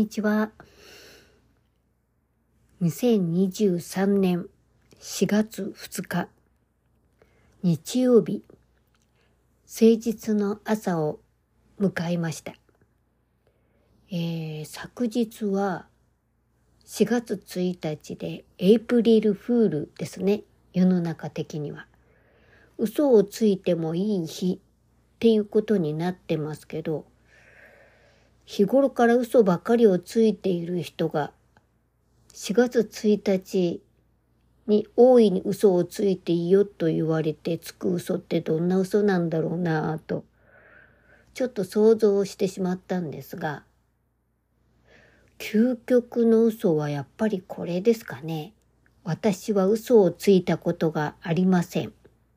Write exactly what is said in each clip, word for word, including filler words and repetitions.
にちは。にせんにじゅうさんねんしがつふつか日曜日、誠実の朝を迎えました。えー、昨日はしがつついたちでエイプリルフールですね。世の中的には嘘をついてもいい日っていうことになってますけど、日頃から嘘ばかりをついている人がしがつついたちに大いに嘘をついていいよと言われてつく嘘ってどんな嘘なんだろうなぁとちょっと想像してしまったんですが、究極の嘘はやっぱりこれですかね。私は嘘をついたことがありません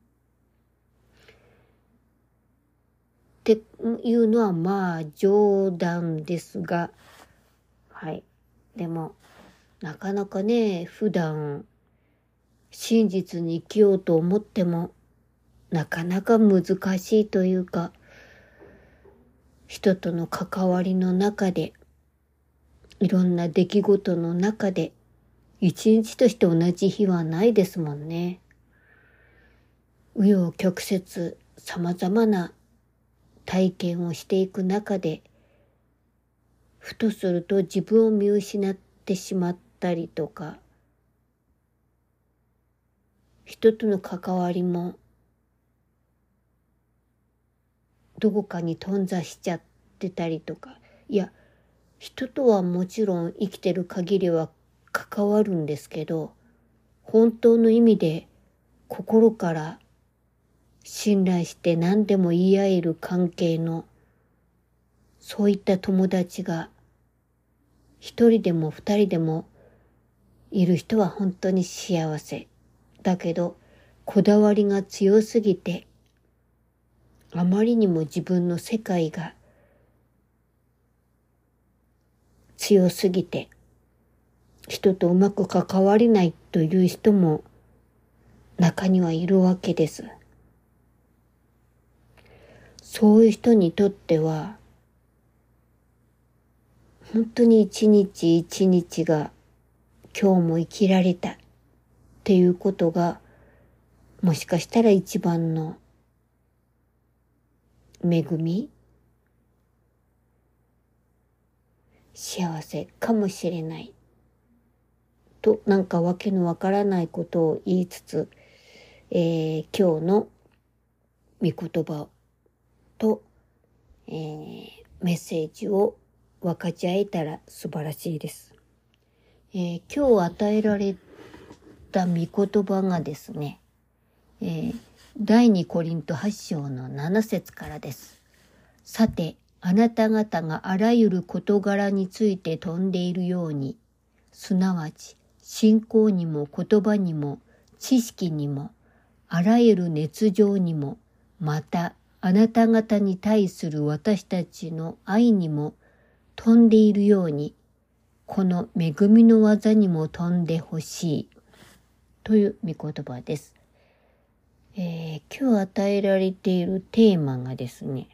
っていうのはまあ冗談ですが、はい。でもなかなかね、普段真実に生きようと思ってもなかなか難しいというか、人との関わりの中で、いろんな出来事の中で、一日として同じ日はないですもんね。紆余曲折、様々な体験をしていく中で、ふとすると自分を見失ってしまったりとか、人との関わりもどこかに頓挫しちゃってたりとか、いや、人とはもちろん生きてる限りは関わるんですけど、本当の意味で心から信頼して何でも言い合える関係のそういった友達が一人でも二人でもいる人は本当に幸せ。だけどこだわりが強すぎて、あまりにも自分の世界が強すぎて人とうまく関われないという人も中にはいるわけです。そういう人にとっては本当に一日一日が今日も生きられたっていうことがもしかしたら一番の恵み、幸せかもしれないと、なんかわけのわからないことを言いつつ、えー、今日の御言葉と、えー、メッセージを分かち合えたら素晴らしいです。えー、今日与えられた御言葉がですね、えー、第二コリントはち章のなな節からです。さて、あなた方があらゆる事柄について飛んでいるように、すなわち信仰にも言葉にも知識にもあらゆる熱情にも、またあなた方に対する私たちの愛にも飛んでいるように、この恵みの技にも飛んでほしいという御言葉です。えー、今日与えられているテーマがですね、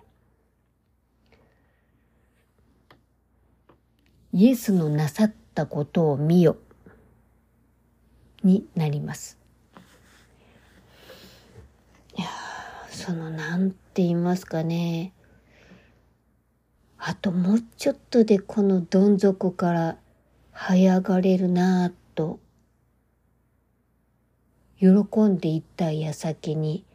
イエスのなさったことを見よになります。いやそのなんて言いますかね、あともうちょっとでこのどん底から這い上がれるなぁと喜んでいった矢先に、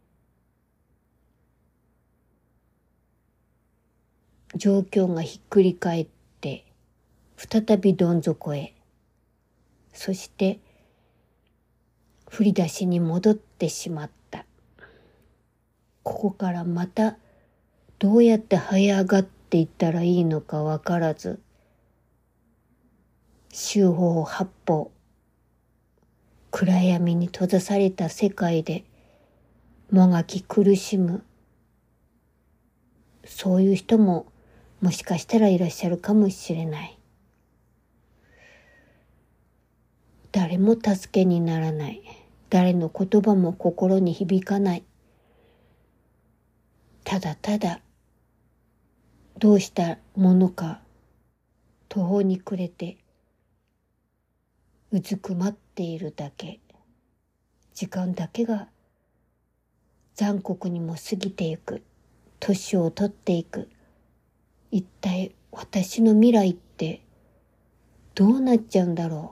状況がひっくり返って再びどん底へ、そして振り出しに戻ってしまった。ここからまたどうやって這い上がっていったらいいのかわからず、四方八方暗闇に閉ざされた世界でもがき苦しむ、そういう人ももしかしたらいらっしゃるかもしれない。誰も助けにならない、誰の言葉も心に響かない、ただただどうしたものか途方に暮れてうずくまっているだけ、時間だけが残酷にも過ぎていく、年を取っていく。一体私の未来ってどうなっちゃうんだろ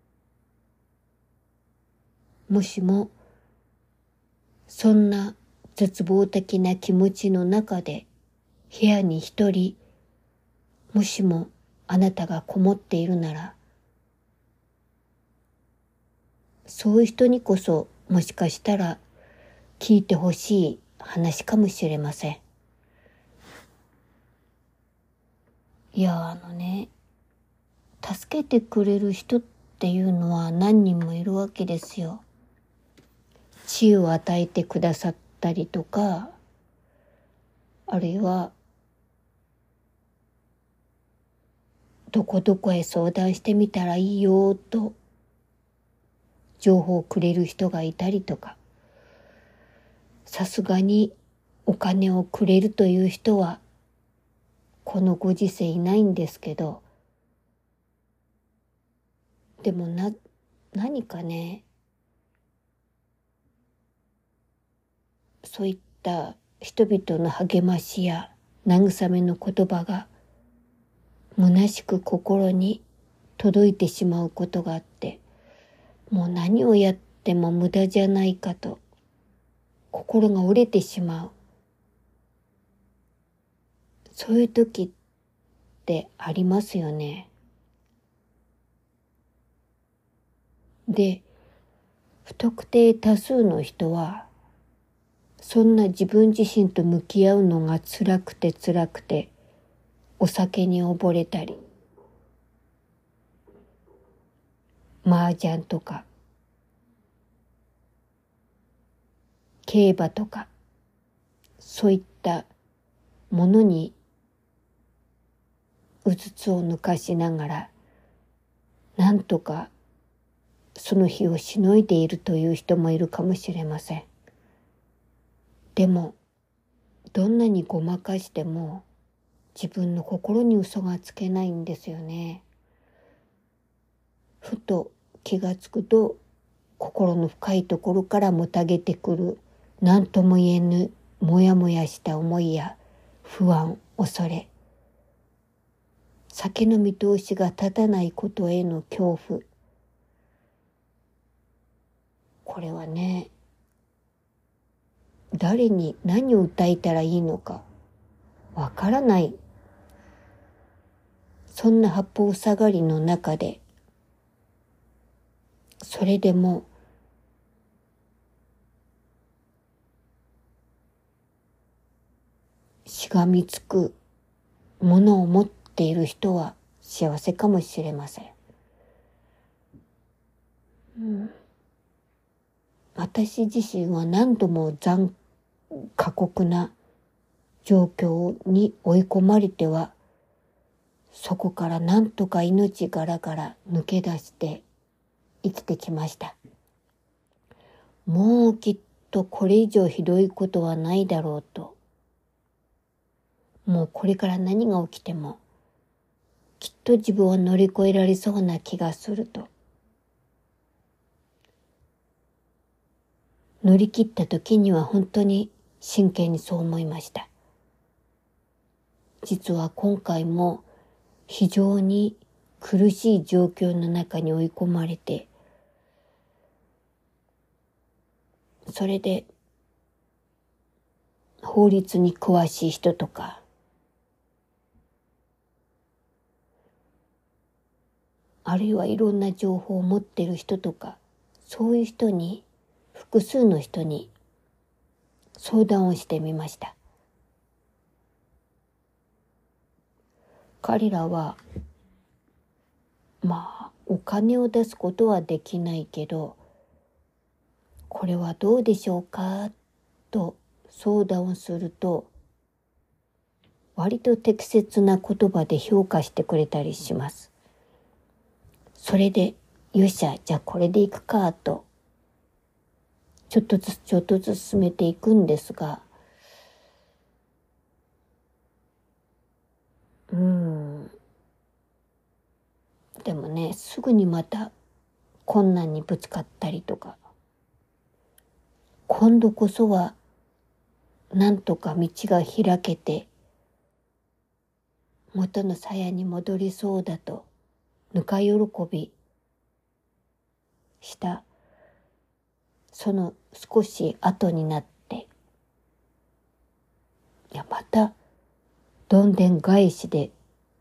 う。もしもそんな絶望的な気持ちの中で部屋に一人、もしもあなたがこもっているなら、そういう人にこそもしかしたら聞いてほしい話かもしれません。いや、あのね、助けてくれる人っていうのは何人もいるわけですよ。知恵を与えてくださったりとか、あるいはどこどこへ相談してみたらいいよと情報をくれる人がいたりとか、さすがにお金をくれるという人はこのご時世いないんですけど、でもな、何かね、そういった人々の励ましや慰めの言葉が虚しく心に届いてしまうことがあって、もう何をやっても無駄じゃないかと心が折れてしまう。そういう時ってありますよね。で、不特定多数の人はそんな自分自身と向き合うのが辛くて辛くてお酒に溺れたり、麻雀とか競馬とかそういったものにうつつを抜かしながらなんとかその日をしのいでいるという人もいるかもしれません。でもどんなにごまかしても自分の心に嘘がつけないんですよね。ふと気がつくと心の深いところからもたげてくる何とも言えぬもやもやした思いや不安、恐れ、先の見通しが立たないことへの恐怖。これはね、誰に何を歌いたらいいのかわからない。そんな八方塞がりの中で、それでもしがみつくものを持っている人は幸せかもしれません。うん、私自身は何度も残過酷な状況に追い込まれては、そこから何とか命柄から抜け出して生きてきました。もうきっとこれ以上ひどいことはないだろうと、もうこれから何が起きてもきっと自分は乗り越えられそうな気がすると、乗り切った時には本当に真剣にそう思いました。実は今回も非常に苦しい状況の中に追い込まれて、それで法律に詳しい人とか、あるいはいろんな情報を持っている人とか、そういう人に、複数の人に相談をしてみました。彼らはまあお金を出すことはできないけど、これはどうでしょうかと相談をすると、割と適切な言葉で評価してくれたりします。それでよっしゃ、じゃあこれでいくかとちょっとずつちょっとずつ進めていくんですが、うーんでもね、すぐにまた困難にぶつかったりとか、今度こそはなんとか道が開けて元の鞘に戻りそうだとぬか喜びしたその少し後になって、いやまたどんでん返しで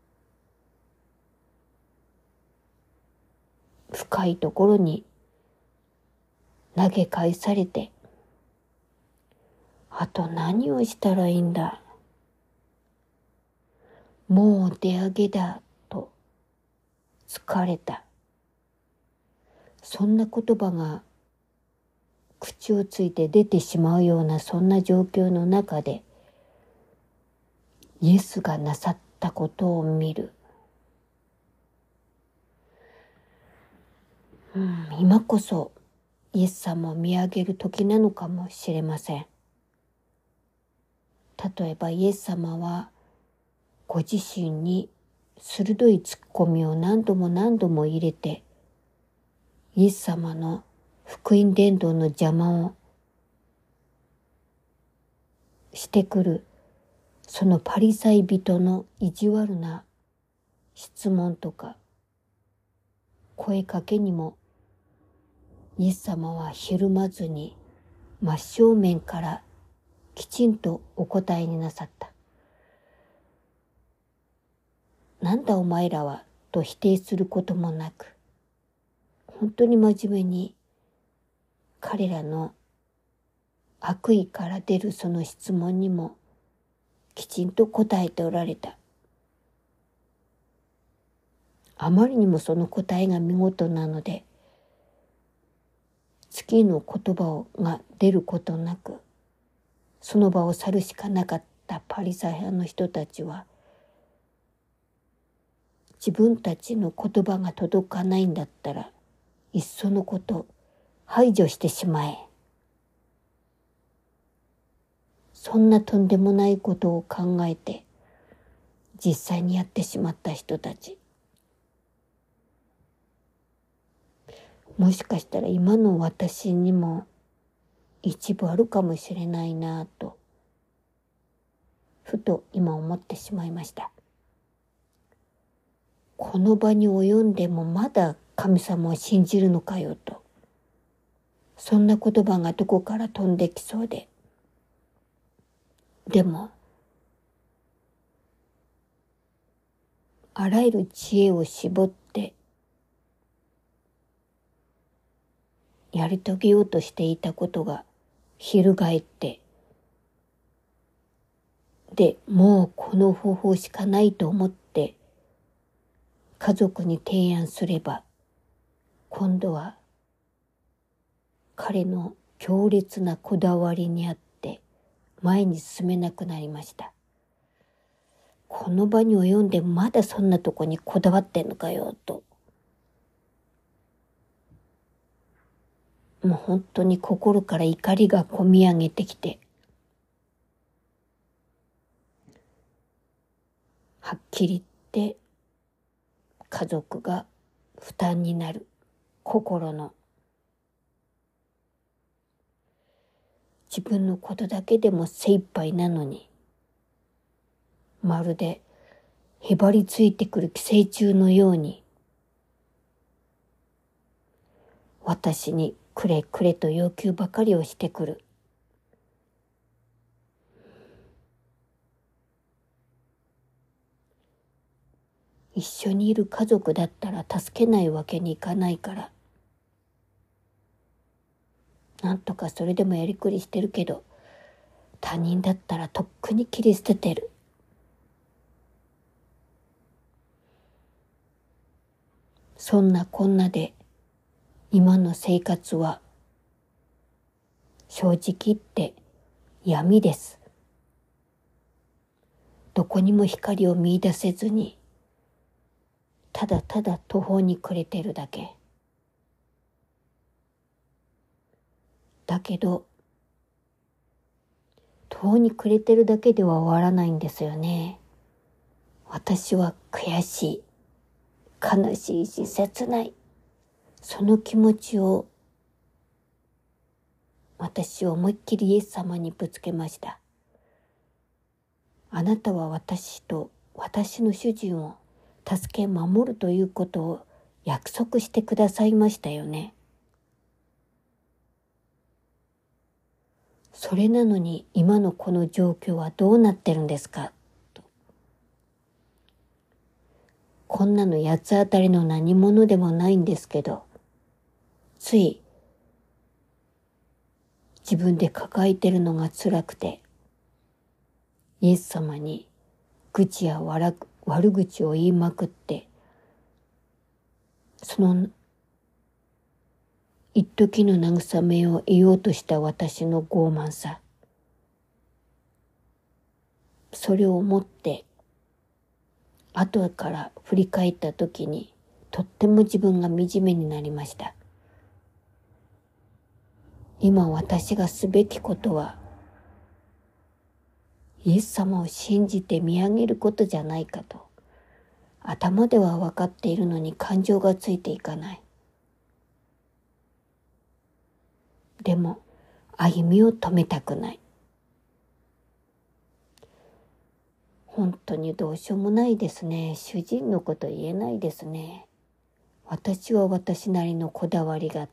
深いところに投げ返されて、あと何をしたらいいんだ、もう出上げだと疲れた、そんな言葉が口をついて出てしまうようなそんな状況の中でイエスがなさったことを見る。うん、今こそイエス様を見上げる時なのかもしれません。例えばイエス様はご自身に鋭いツッコミを何度も何度も入れて、イエス様の福音伝道の邪魔をしてくるそのパリサイ人の意地悪な質問とか声かけにもイエス様はひるまずに真正面からきちんとお答えになさった。なんだお前らはと否定することもなく、本当に真面目に彼らの悪意から出るその質問にもきちんと答えておられた。あまりにもその答えが見事なので、次の言葉が出ることなく、その場を去るしかなかったパリサイ派の人たちは、自分たちの言葉が届かないんだったら、いっそのこと排除してしまえ。そんなとんでもないことを考えて、実際にやってしまった人たち。もしかしたら今の私にも一部あるかもしれないなぁと、ふと今思ってしまいました。この場に及んでもまだ神様を信じるのかよと、そんな言葉がどこから飛んできそうで。でも、あらゆる知恵を絞ってやり遂げようとしていたことが翻って、で、もうこの方法しかないと思って家族に提案すれば、今度は彼の強烈なこだわりにあって前に進めなくなりました。この場に及んでまだそんなとこにこだわってんのかよと、もう本当に心から怒りがこみ上げてきて、はっきり言って家族が負担になる心の、自分のことだけでも精一杯なのに、まるでへばりついてくる寄生虫のように私にくれくれと要求ばかりをしてくる。一緒にいる家族だったら助けないわけにいかないから、なんとかそれでもやりくりしてるけど、他人だったらとっくに切り捨ててる。そんなこんなで今の生活は正直言って闇です。どこにも光を見出せずに、ただただ途方に暮れてるだけ。だけど途方に暮れてるだけでは終わらないんですよね。私は悔しい、 悲しいし切ない。その気持ちを私は思いっきりイエス様にぶつけました。あなたは私と私の主人を助け守るということを約束してくださいましたよね。それなのに今のこの状況はどうなってるんですかと。こんなの八つ当たりの何者でもないんですけど、つい自分で抱えてるのが辛くて、イエス様に愚痴や悪口を言いまくって、その一時の慰めを言おうとした私の傲慢さ、それを思って後から振り返った時にとっても自分が惨めになりました。今私がすべきことはイエス様を信じて見上げることじゃないかと、頭では分かっているのに感情がついていかない。でも歩みを止めたくない。本当にどうしようもないですね。主人のこと言えないですね。私は私なりのこだわりがあって、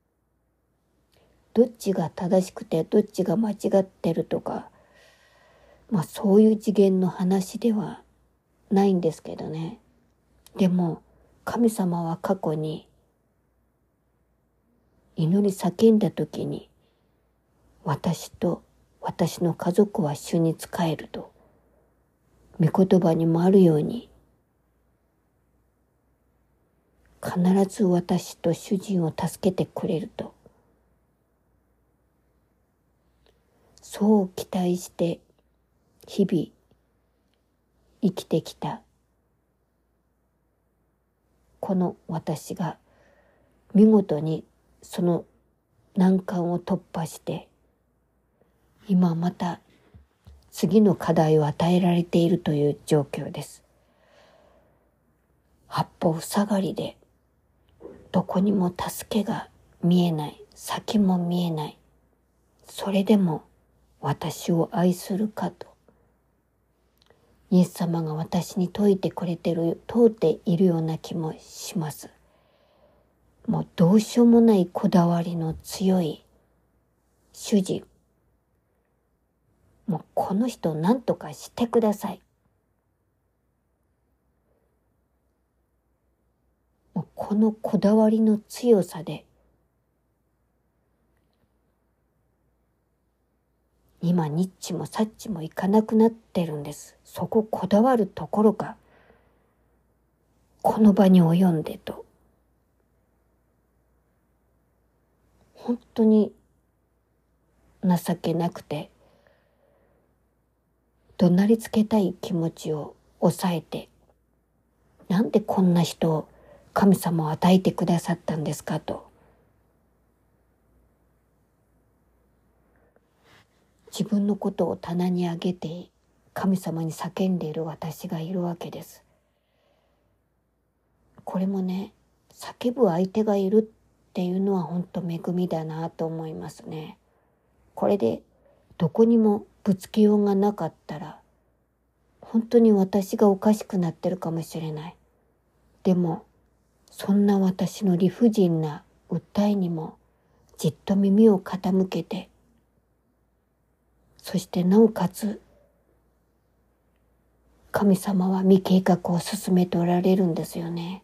どっちが正しくてどっちが間違ってるとか、まあそういう次元の話ではないんですけどね。でも神様は過去に祈り叫んだ時に、私と私の家族は主に仕えると、御言葉にもあるように、必ず私と主人を助けてくれると、そう期待して日々生きてきたこの私が見事にその難関を突破して、今また次の課題を与えられているという状況です。八方塞がりでどこにも助けが見えない、先も見えない。それでも私を愛するかと、イエス様が私に説いてくれてる、問うているような気もします。もうどうしようもないこだわりの強い主人。もうこの人を何とかしてください。もうこのこだわりの強さで、今ニッチもサッチもいかなくなってるんです。そここだわるところか、この場に及んでと。本当に情けなくて、怒鳴りつけたい気持ちを抑えて、なんでこんな人を神様を与えてくださったんですかと、自分のことを棚に上げて神様に叫んでいる私がいるわけです。これもね、叫ぶ相手がいるっていうのは本当恵みだなと思いますね。これでどこにもぶつけようがなかったら、本当に私がおかしくなってるかもしれない。でもそんな私の理不尽な訴えにもじっと耳を傾けて、そしてなおかつ神様は御計画を進めておられるんですよね。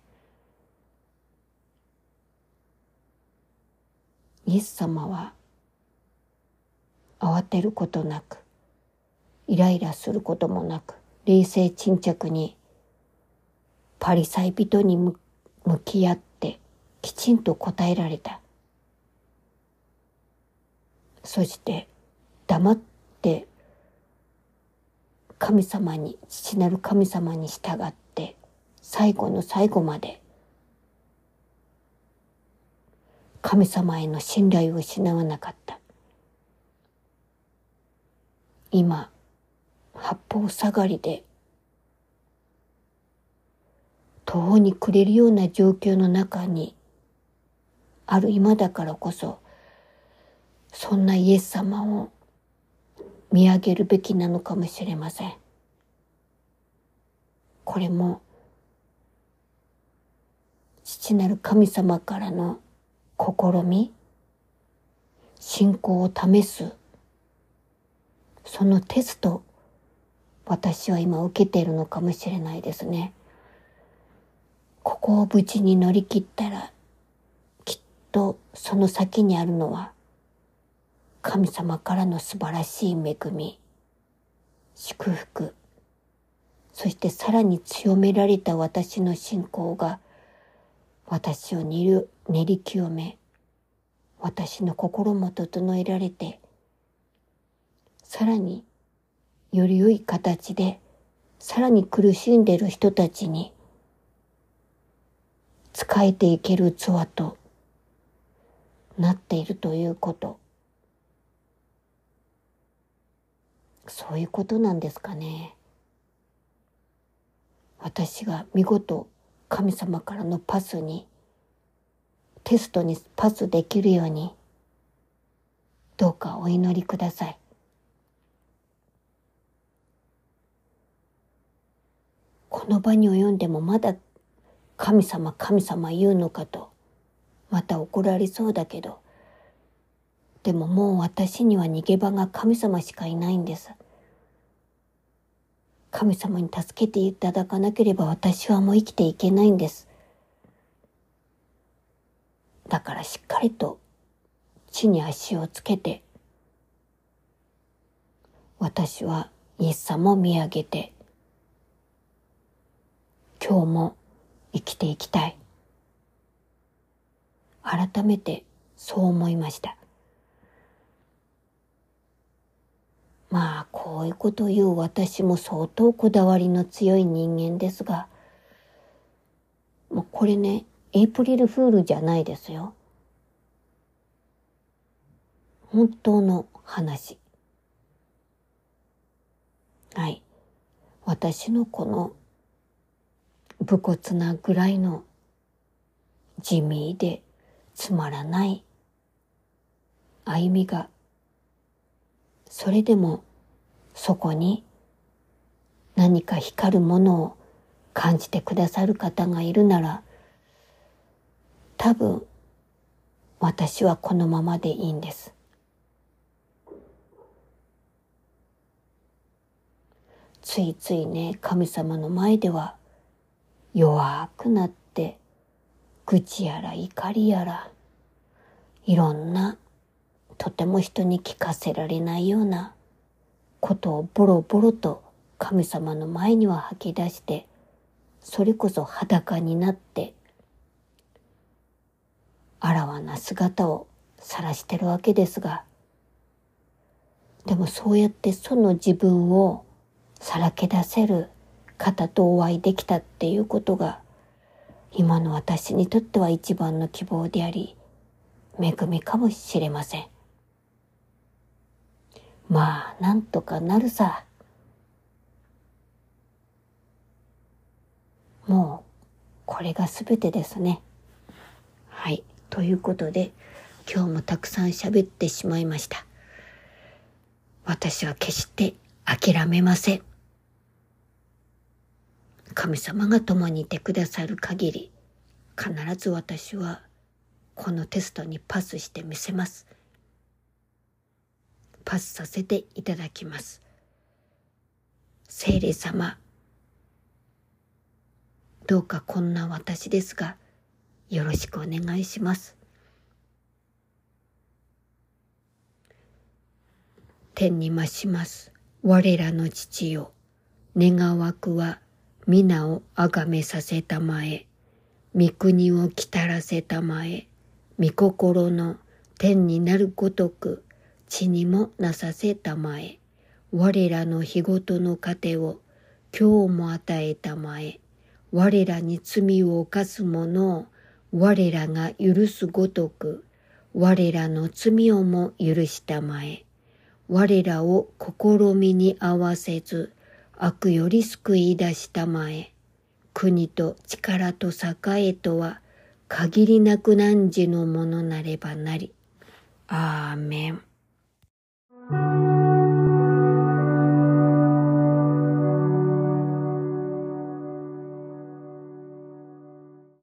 イエス様は慌てることなく、イライラすることもなく、冷静沈着にパリサイ人に向き合ってきちんと答えられた。そして黙って神様に、父なる神様に従って最後の最後まで神様への信頼を失わなかった。今八方塞がりで途方に暮れるような状況の中にある今だからこそ、そんなイエス様を見上げるべきなのかもしれません。これも父なる神様からの試み、信仰を試す、そのテスト、私は今受けているのかもしれないですね。ここを無事に乗り切ったら、きっとその先にあるのは、神様からの素晴らしい恵み、祝福、そしてさらに強められた私の信仰が、私を練り、練り清め、私の心も整えられて、さらにより良い形で、さらに苦しんでいる人たちに仕えていける器となっているということ。そういうことなんですかね。私が見事神様からのパスに、テストにパスできるように、どうかお祈りください。この場に及んでもまだ神様神様言うのかと、また怒られそうだけど、でももう私には逃げ場が神様しかいないんです。神様に助けていただかなければ私はもう生きていけないんです。だからしっかりと地に足をつけて、私はイエス様を見上げて、今日も生きていきたい。改めてそう思いました。まあこういうことを言う私も相当こだわりの強い人間ですが、もうこれね、エイプリルフールじゃないですよ。本当の話。はい。私のこの武骨なぐらいの地味でつまらない歩みが、それでもそこに何か光るものを感じてくださる方がいるなら、多分私はこのままでいいんです。ついついね、神様の前では弱くなって、愚痴やら怒りやら、いろんなとても人に聞かせられないようなことをボロボロと神様の前には吐き出して、それこそ裸になってあらわな姿を晒してるわけですが、でもそうやってその自分をさらけ出せる方とお会いできたっていうことが、今の私にとっては一番の希望であり、恵みかもしれません。まあなんとかなるさ。もうこれがすべてですね。はい、ということで今日もたくさん喋ってしまいました。私は決して諦めません。神様が共にいてくださる限り、必ず私はこのテストにパスしてみせます。パスさせていただきます。聖霊様、どうかこんな私ですが、よろしくお願いします。天に増します我らの父よ、願わくは皆をあがめさせたまえ、御国をきたらせたまえ、御心の天になるごとく地にもなさせたまえ、我らの日ごとの糧を今日も与えたまえ、我らに罪を犯す者を我らが許すごとく、我らの罪をも許したまえ、我らを試みに合わせず悪より救い出したまえ、 国と力と栄とは限りなく汝のものなればなり。アーメン。